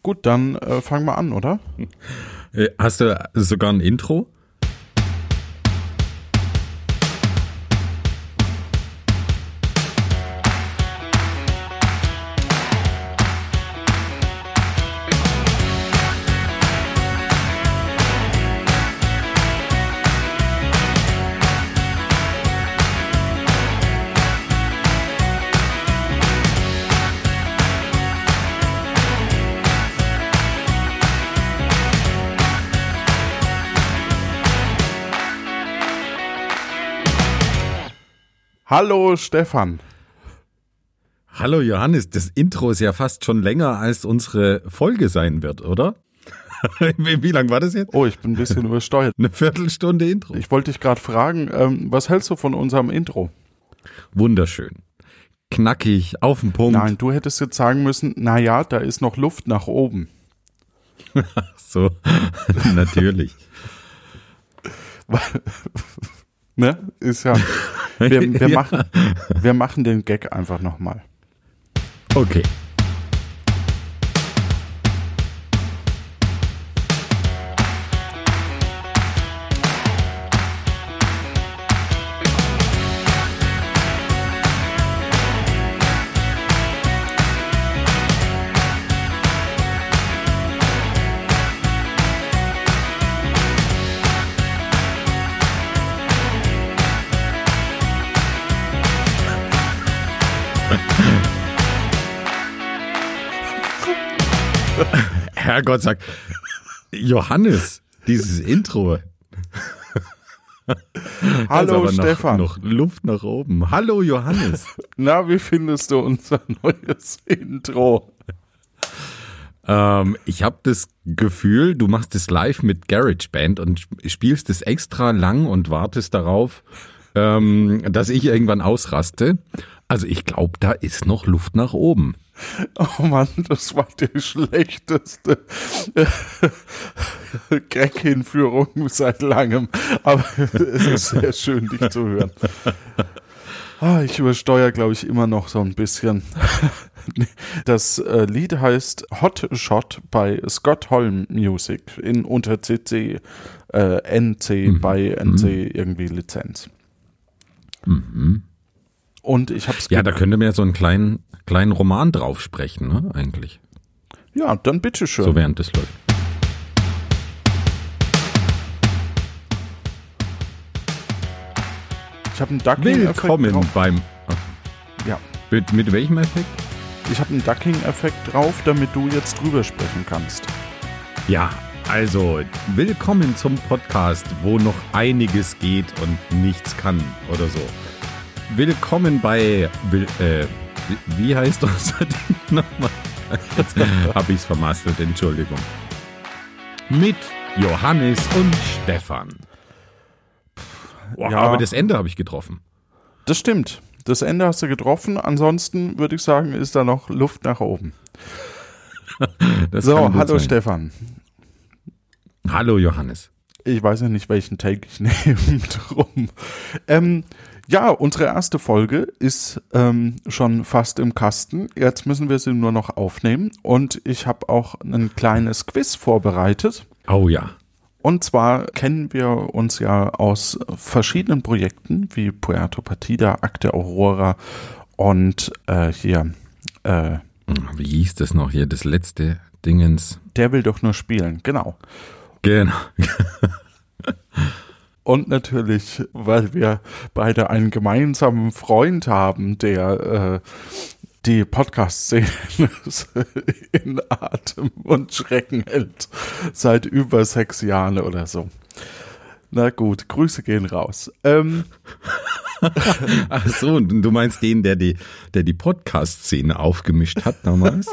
Gut, dann fangen wir an, oder? Hast du sogar ein Intro? Hallo Stefan. Hallo Johannes, das Intro ist ja fast schon länger als unsere Folge sein wird, oder? Wie lang war das jetzt? Oh, ich bin ein bisschen übersteuert. Eine Viertelstunde Intro. Ich wollte dich gerade fragen, was hältst du von unserem Intro? Wunderschön. Knackig, auf den Punkt. Nein, du hättest jetzt sagen müssen, naja, da ist noch Luft nach oben. So, natürlich. Ne? Ist ja. Wir machen den Gag einfach nochmal. Okay. Herrgott, sag, Johannes, dieses Intro. Hallo Stefan. Noch Luft nach oben. Hallo Johannes. Na, wie findest du unser neues Intro? Ich habe das Gefühl, du machst es live mit GarageBand und spielst es extra lang und wartest darauf, dass ich irgendwann ausraste. Also ich glaube, da ist noch Luft nach oben. Oh Mann, das war die schlechteste Gag-Hinführung seit langem. Aber es ist sehr schön, dich zu hören. Ich übersteuere, glaube ich, immer noch so ein bisschen. Das Lied heißt Hot Shot bei Scott Holm Music in unter CC, NC bei NC irgendwie Lizenz. Und ich hab's ja, da könnte man ja so einen kleinen Roman drauf sprechen, ne, eigentlich. Ja, dann bitteschön. So während das läuft. Ich habe einen Ducking-Effekt. Willkommen beim... Ja. Mit welchem Effekt? Ich habe einen Ducking-Effekt drauf, damit du jetzt drüber sprechen kannst. Ja, also willkommen zum Podcast, wo noch einiges geht und nichts kann oder so. Willkommen bei... wie heißt unser Ding nochmal? Jetzt habe ich es vermasselt, Entschuldigung. Mit Johannes und Stefan. Wow, ja, aber das Ende habe ich getroffen. Das stimmt. Das Ende hast du getroffen. Ansonsten würde ich sagen, ist da noch Luft nach oben. So, hallo sein. Stefan. Hallo Johannes. Ich weiß ja nicht, welchen Take ich nehme drum. Ja, unsere erste Folge ist schon fast im Kasten. Jetzt müssen wir sie nur noch aufnehmen. Und ich habe auch ein kleines Quiz vorbereitet. Oh ja. Und zwar kennen wir uns ja aus verschiedenen Projekten wie Puerto Partida, Akte Aurora und wie hieß das noch hier, das letzte Dingens? Der will doch nur spielen, genau. Genau. Und natürlich, weil wir beide einen gemeinsamen Freund haben, der die Podcast-Szene in Atem und Schrecken hält. Seit über 6 Jahren oder so. Na gut, Grüße gehen raus. Ach so, du meinst den, der die Podcast-Szene aufgemischt hat damals?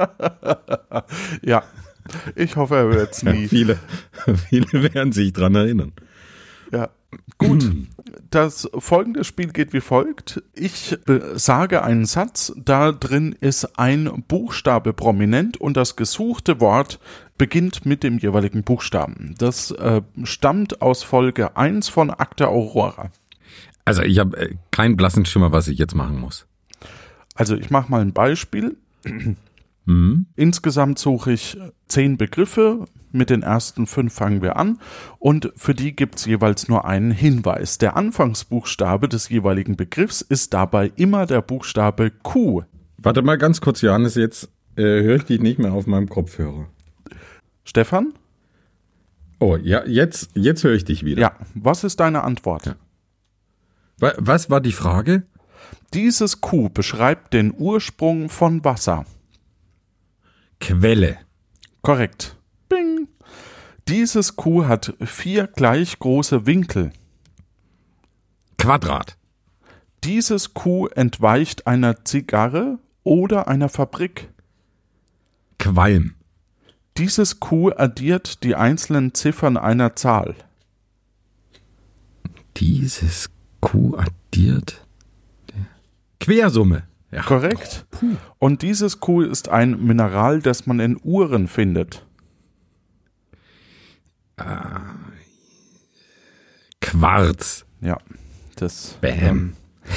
Ja, ich hoffe, er wird es nie. Ja, viele werden sich dran erinnern. Ja, gut. Das folgende Spiel geht wie folgt. Ich sage einen Satz, da drin ist ein Buchstabe prominent und das gesuchte Wort beginnt mit dem jeweiligen Buchstaben. Das stammt aus Folge 1 von Akte Aurora. Also ich habe keinen blassen Schimmer, was ich jetzt machen muss. Also ich mache mal ein Beispiel. Insgesamt suche ich 10 Begriffe. Mit den ersten 5 fangen wir an und für die gibt es jeweils nur einen Hinweis. Der Anfangsbuchstabe des jeweiligen Begriffs ist dabei immer der Buchstabe Q. Warte mal ganz kurz, Johannes, jetzt höre ich dich nicht mehr auf meinem Kopfhörer. Stefan? Oh, ja, jetzt höre ich dich wieder. Ja, was ist deine Antwort? Ja. Was war die Frage? Dieses Q beschreibt den Ursprung von Wasser. Quelle. Korrekt. Bing. Dieses Q hat 4 gleich große Winkel. Quadrat. Dieses Q entweicht einer Zigarre oder einer Fabrik. Qualm. Dieses Q addiert die einzelnen Ziffern einer Zahl. Dieses Q addiert Quersumme. Ja. Korrekt. Und dieses Q ist ein Mineral, das man in Uhren findet. Quarz. Ja, das Bam.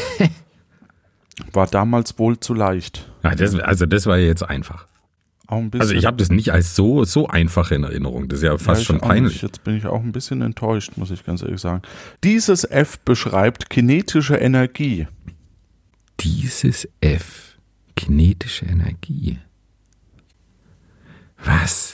war damals wohl zu leicht. Ja, das war ja jetzt einfach. Auch ein bisschen, Also ich habe das nicht als so einfach in Erinnerung. Das ist ja fast schon peinlich. Jetzt bin ich auch ein bisschen enttäuscht, muss ich ganz ehrlich sagen. Dieses F beschreibt kinetische Energie. Dieses F. Kinetische Energie. Was?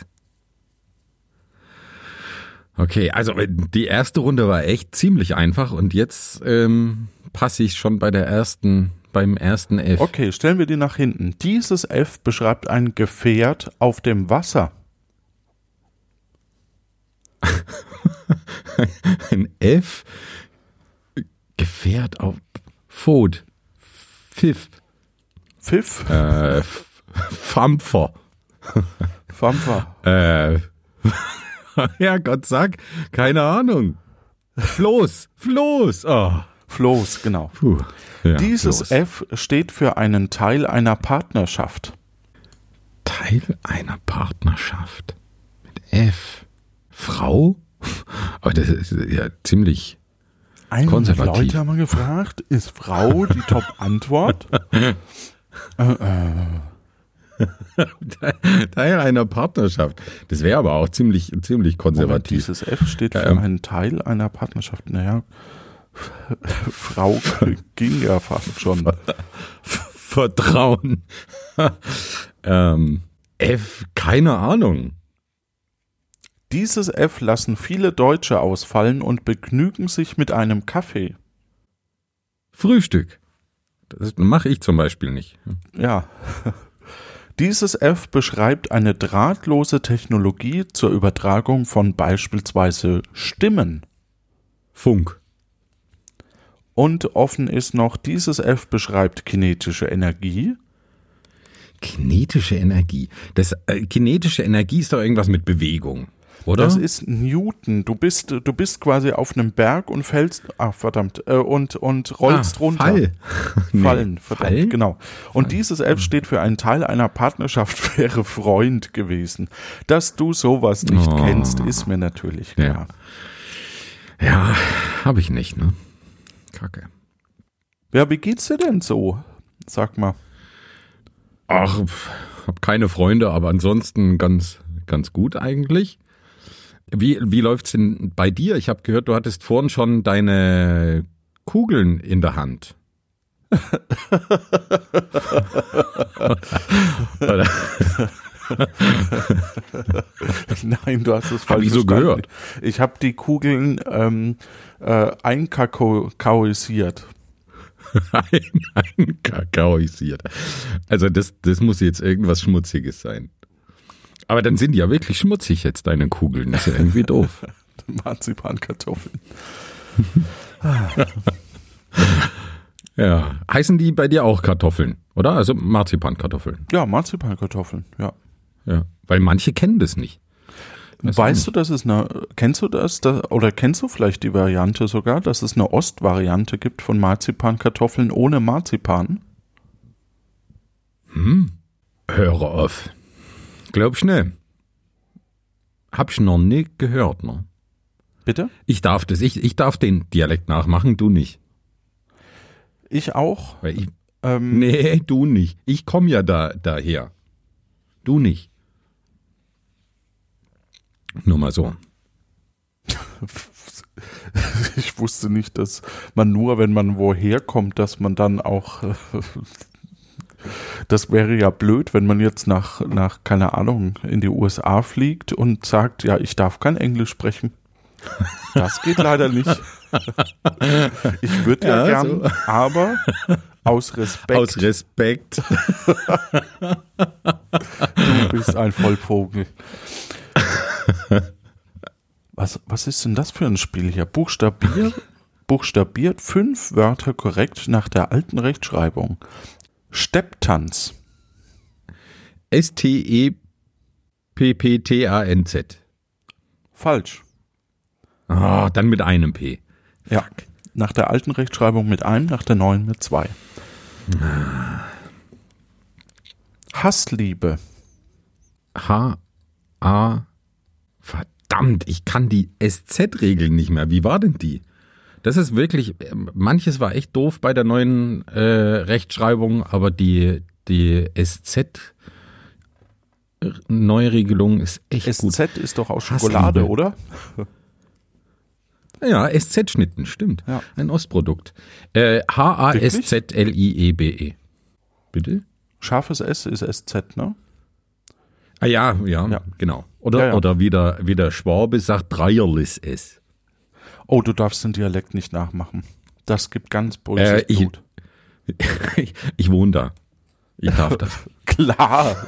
Okay, also die erste Runde war echt ziemlich einfach und jetzt passe ich schon beim ersten F. Okay, stellen wir die nach hinten. Dieses F beschreibt ein Gefährt auf dem Wasser. Ein F. Gefährt auf Food. Pfiff. Pfiff? Fampfer. Fampfer. Ja, Gott sag, keine Ahnung. Floß. Oh. Floß, genau. Puh. Ja, Dieses Floß. F steht für einen Teil einer Partnerschaft. Teil einer Partnerschaft. Mit F. Frau? Aber das ist ja ziemlich 100 konservativ. Leute haben wir gefragt, ist Frau die Top-Antwort? Teil einer Partnerschaft. Das wäre aber auch ziemlich Moment, konservativ. dieses F steht für einen Teil einer Partnerschaft. Naja, Frau ging ja fast schon. Vertrauen. F, keine Ahnung. Dieses F lassen viele Deutsche ausfallen und begnügen sich mit einem Kaffee. Frühstück. Das mache ich zum Beispiel nicht. Ja. Dieses F beschreibt eine drahtlose Technologie zur Übertragung von beispielsweise Stimmen. Funk. Und offen ist noch, dieses F beschreibt kinetische Energie. Kinetische Energie. Kinetische Energie ist doch irgendwas mit Bewegung, oder? Das ist Newton. Du bist quasi auf einem Berg und fällst, und rollst runter. Fall. Fallen, verdammt, Fall? genau. Und dieses F steht für einen Teil einer Partnerschaft, wäre Freund gewesen. Dass du sowas nicht kennst, ist mir natürlich klar. Ja, habe ich nicht, ne? Kacke. Ja, wie geht's dir denn so? Sag mal. Ach, hab keine Freunde, aber ansonsten ganz gut eigentlich. Wie läuft's denn bei dir? Ich habe gehört, du hattest vorhin schon deine Kugeln in der Hand. Nein, du hast es falsch Hab ich so verstanden. gehört. Ich habe die Kugeln einkakaoisiert. Kakaoisiert. Also das muss jetzt irgendwas Schmutziges sein. Aber dann sind die ja wirklich schmutzig jetzt, deine Kugeln. Das ist ja irgendwie doof. Marzipankartoffeln. Ja. Heißen die bei dir auch Kartoffeln, oder? Also Marzipankartoffeln. Ja, Marzipankartoffeln, ja. Ja. Weil manche kennen das nicht. Weißt du, dass es kennst du das, oder kennst du vielleicht die Variante sogar, dass es eine Ostvariante gibt von Marzipankartoffeln ohne Marzipan? Höre auf. Glaub ich nicht. Hab ich noch nicht gehört, ne? Bitte? Ich darf den Dialekt nachmachen, du nicht. Ich auch. Weil nee, du nicht. Ich komme ja daher. Du nicht. Nur mal so. Ich wusste nicht, dass man nur, wenn man woher kommt, dass man dann auch, das wäre ja blöd, wenn man jetzt nach, keine Ahnung, in die USA fliegt und sagt, ja, ich darf kein Englisch sprechen. Das geht leider nicht. Ich würde ja gern, so. Aber aus Respekt. Aus Respekt. Du bist ein Vollvogel. Was ist denn das für ein Spiel hier? Buchstabiert 5 Wörter korrekt nach der alten Rechtschreibung. Stepptanz. Stepptanz. Falsch. Ah, dann mit einem P. Ja, nach der alten Rechtschreibung mit einem, nach der neuen mit 2. Hassliebe. H-A. Verdammt, ich kann die SZ-Regeln nicht mehr. Wie war denn die? Das ist wirklich, manches war echt doof bei der neuen Rechtschreibung, aber die SZ-Neuregelung ist echt gut. SZ ist doch aus Schokolade, Hassliebe. Oder? Ja, SZ-Schnitten, stimmt. Ja. Ein Ostprodukt. Hassliebe. Bitte? Scharfes S ist SZ, ne? Ah ja, genau. Oder wie der Schwabe sagt, Dreierlis S. Oh, du darfst den Dialekt nicht nachmachen. Das gibt ganz böses Blut. Ich wohne da. Ich darf das. Klar.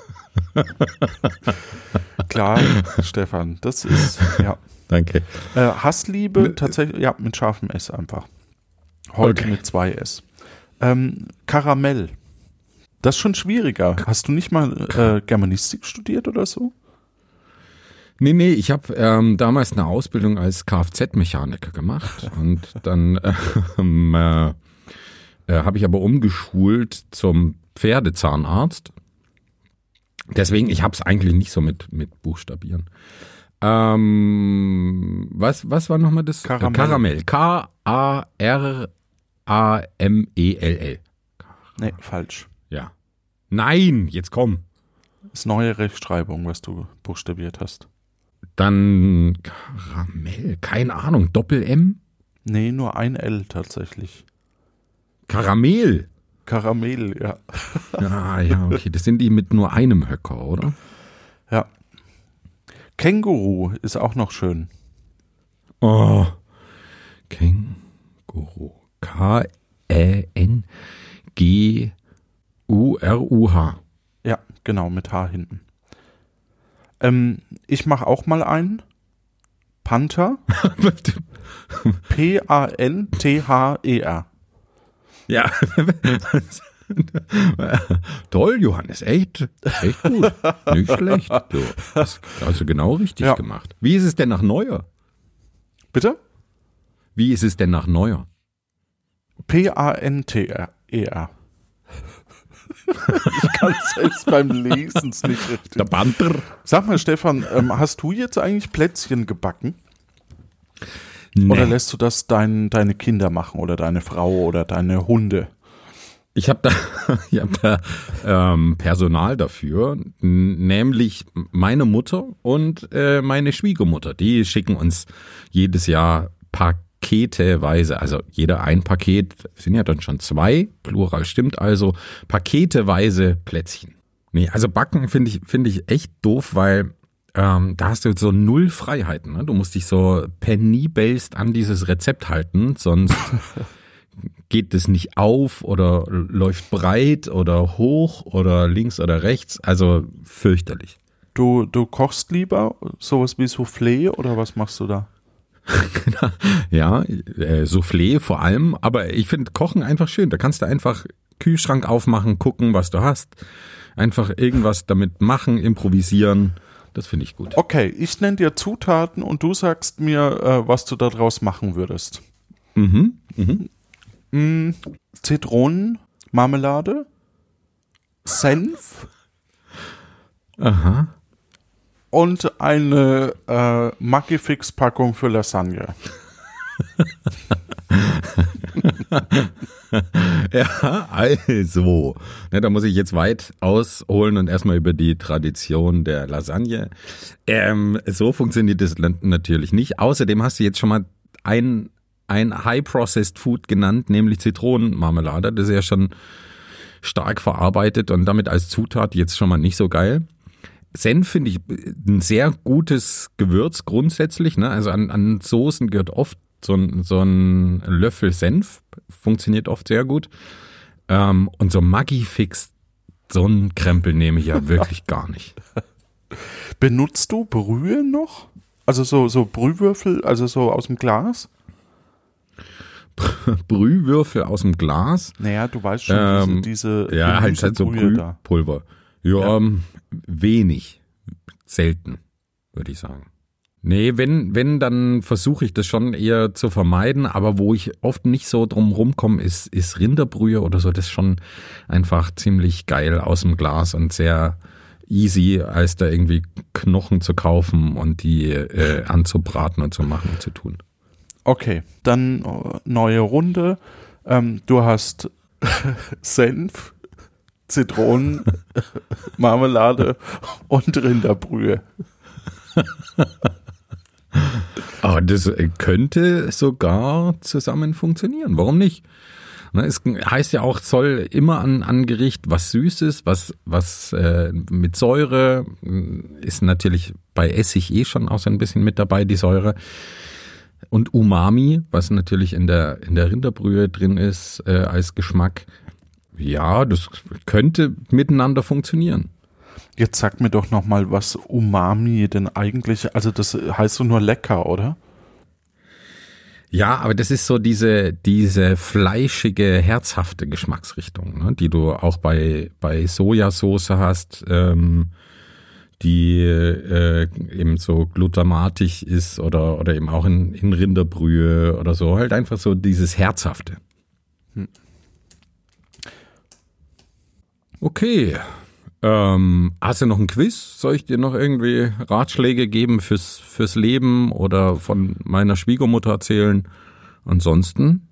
Klar, Stefan. Das ist, ja. Danke. Hassliebe, tatsächlich, ja, mit scharfem S einfach. Heute mit 2 S. Karamell. Das ist schon schwieriger. Hast du nicht mal Germanistik studiert oder so? Nee, ich habe damals eine Ausbildung als Kfz-Mechaniker gemacht und dann habe ich aber umgeschult zum Pferdezahnarzt. Deswegen, ich habe es eigentlich nicht so mit Buchstabieren. Was war nochmal das? Karamell. K-A-R-A-M-E-L-L. Nee, falsch. Ja. Nein, jetzt komm. Das ist neue Rechtschreibung, was du buchstabiert hast. Dann Karamell, keine Ahnung, Doppel-M? Nee, nur ein L tatsächlich. Karamell, ja. Ja, okay, das sind die mit nur einem Höcker, oder? Ja. Känguru ist auch noch schön. Oh, Känguru. K-E-N-G-U-R-U-H. Ja, genau, mit H hinten. Ich mache auch mal einen. Panther. P-A-N-T-H-E-R. Ja. Toll, Johannes, echt gut. Nicht schlecht. Du hast also genau richtig gemacht. Wie ist es denn nach Neuer? Bitte? Wie ist es denn nach P-A-N-T-R-E-R. Ich kann es selbst beim Lesen nicht richtig. Der Panther. Sag mal, Stefan, hast du jetzt eigentlich Plätzchen gebacken? Nee. Oder lässt du das deine Kinder machen oder deine Frau oder deine Hunde? Ich habe da Personal dafür, nämlich meine Mutter und meine Schwiegermutter. Die schicken uns jedes Jahr paketeweise, also jeder ein Paket, sind ja dann schon 2, Plural stimmt also, paketeweise Plätzchen. Nee, also Backen finde ich echt doof, weil da hast du so 0 Freiheiten. Ne? Du musst dich so penny-based an dieses Rezept halten, sonst geht es nicht auf oder läuft breit oder hoch oder links oder rechts. Also fürchterlich. Du kochst lieber sowas wie Soufflé oder was machst du da? Ja, Soufflé vor allem, aber ich finde Kochen einfach schön. Da kannst du einfach Kühlschrank aufmachen, gucken, was du hast. Einfach irgendwas damit machen, improvisieren. Das finde ich gut. Okay, ich nenne dir Zutaten und du sagst mir, was du daraus machen würdest. Zitronenmarmelade, Senf. Aha. Und eine Maggi-Fix-Packung für Lasagne. Ja, also, ne, da muss ich jetzt weit ausholen und erstmal über die Tradition der Lasagne. So funktioniert das natürlich nicht. Außerdem hast du jetzt schon mal ein High-Processed Food genannt, nämlich Zitronenmarmelade. Das ist ja schon stark verarbeitet und damit als Zutat jetzt schon mal nicht so geil. Senf finde ich ein sehr gutes Gewürz grundsätzlich. Ne? Also an Soßen gehört oft so ein Löffel Senf, funktioniert oft sehr gut. Und so Maggi-Fix, so einen Krempel nehme ich ja wirklich gar nicht. Benutzt du Brühe noch? Also so Brühwürfel, also so aus dem Glas? Brühwürfel aus dem Glas? Naja, du weißt schon, diese ja, halt so Brühpulver. Ja, wenig. Selten, würde ich sagen. Nee, wenn, dann versuche ich das schon eher zu vermeiden, aber wo ich oft nicht so drum rumkomme, ist Rinderbrühe oder so, das ist schon einfach ziemlich geil aus dem Glas und sehr easy, als da irgendwie Knochen zu kaufen und die anzubraten und zu machen und zu tun. Okay, dann neue Runde. Du hast Senf, Zitronen, Marmelade und Rinderbrühe. Aber das könnte sogar zusammen funktionieren. Warum nicht? Es heißt ja auch, soll immer an Gericht was Süßes, was mit Säure, ist natürlich bei Essig schon auch so ein bisschen mit dabei, die Säure. Und Umami, was natürlich in der Rinderbrühe drin ist als Geschmack. Ja, das könnte miteinander funktionieren. Jetzt sag mir doch nochmal, was Umami denn eigentlich, also das heißt so nur lecker, oder? Ja, aber das ist so diese fleischige, herzhafte Geschmacksrichtung, ne, die du auch bei Sojasauce hast, die eben so glutamatig ist oder eben auch in Rinderbrühe oder so, halt einfach so dieses Herzhafte. Okay. Hast du noch ein Quiz? Soll ich dir noch irgendwie Ratschläge geben fürs Leben oder von meiner Schwiegermutter erzählen? Ansonsten?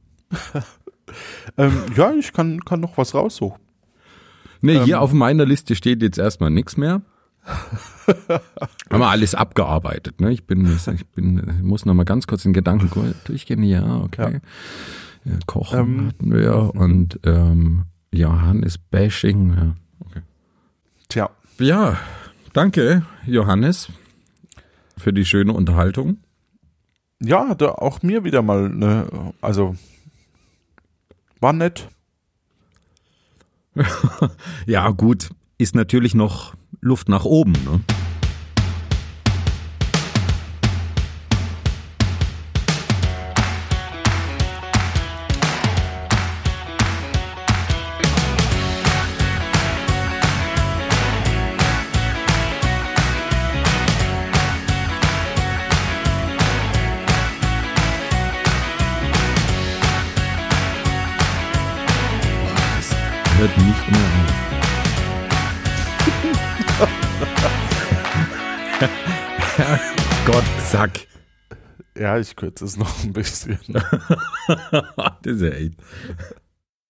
Ja, ich kann noch was raussuchen. Nee, hier auf meiner Liste steht jetzt erstmal nichts mehr. Haben wir alles abgearbeitet, ne? Ich muss noch mal ganz kurz den Gedanken durchgehen. Ja, okay. Ja, Kochen hatten wir und Johannes Bashing. Ja, okay. Tja. Ja, danke, Johannes, für die schöne Unterhaltung. Ja, auch mir wieder mal, also war nett. Ja, gut, ist natürlich noch Luft nach oben, ne? Hört nicht mehr auf. Herrgott, Sack. Ja, ich kürze es noch ein bisschen. Das ist ja echt.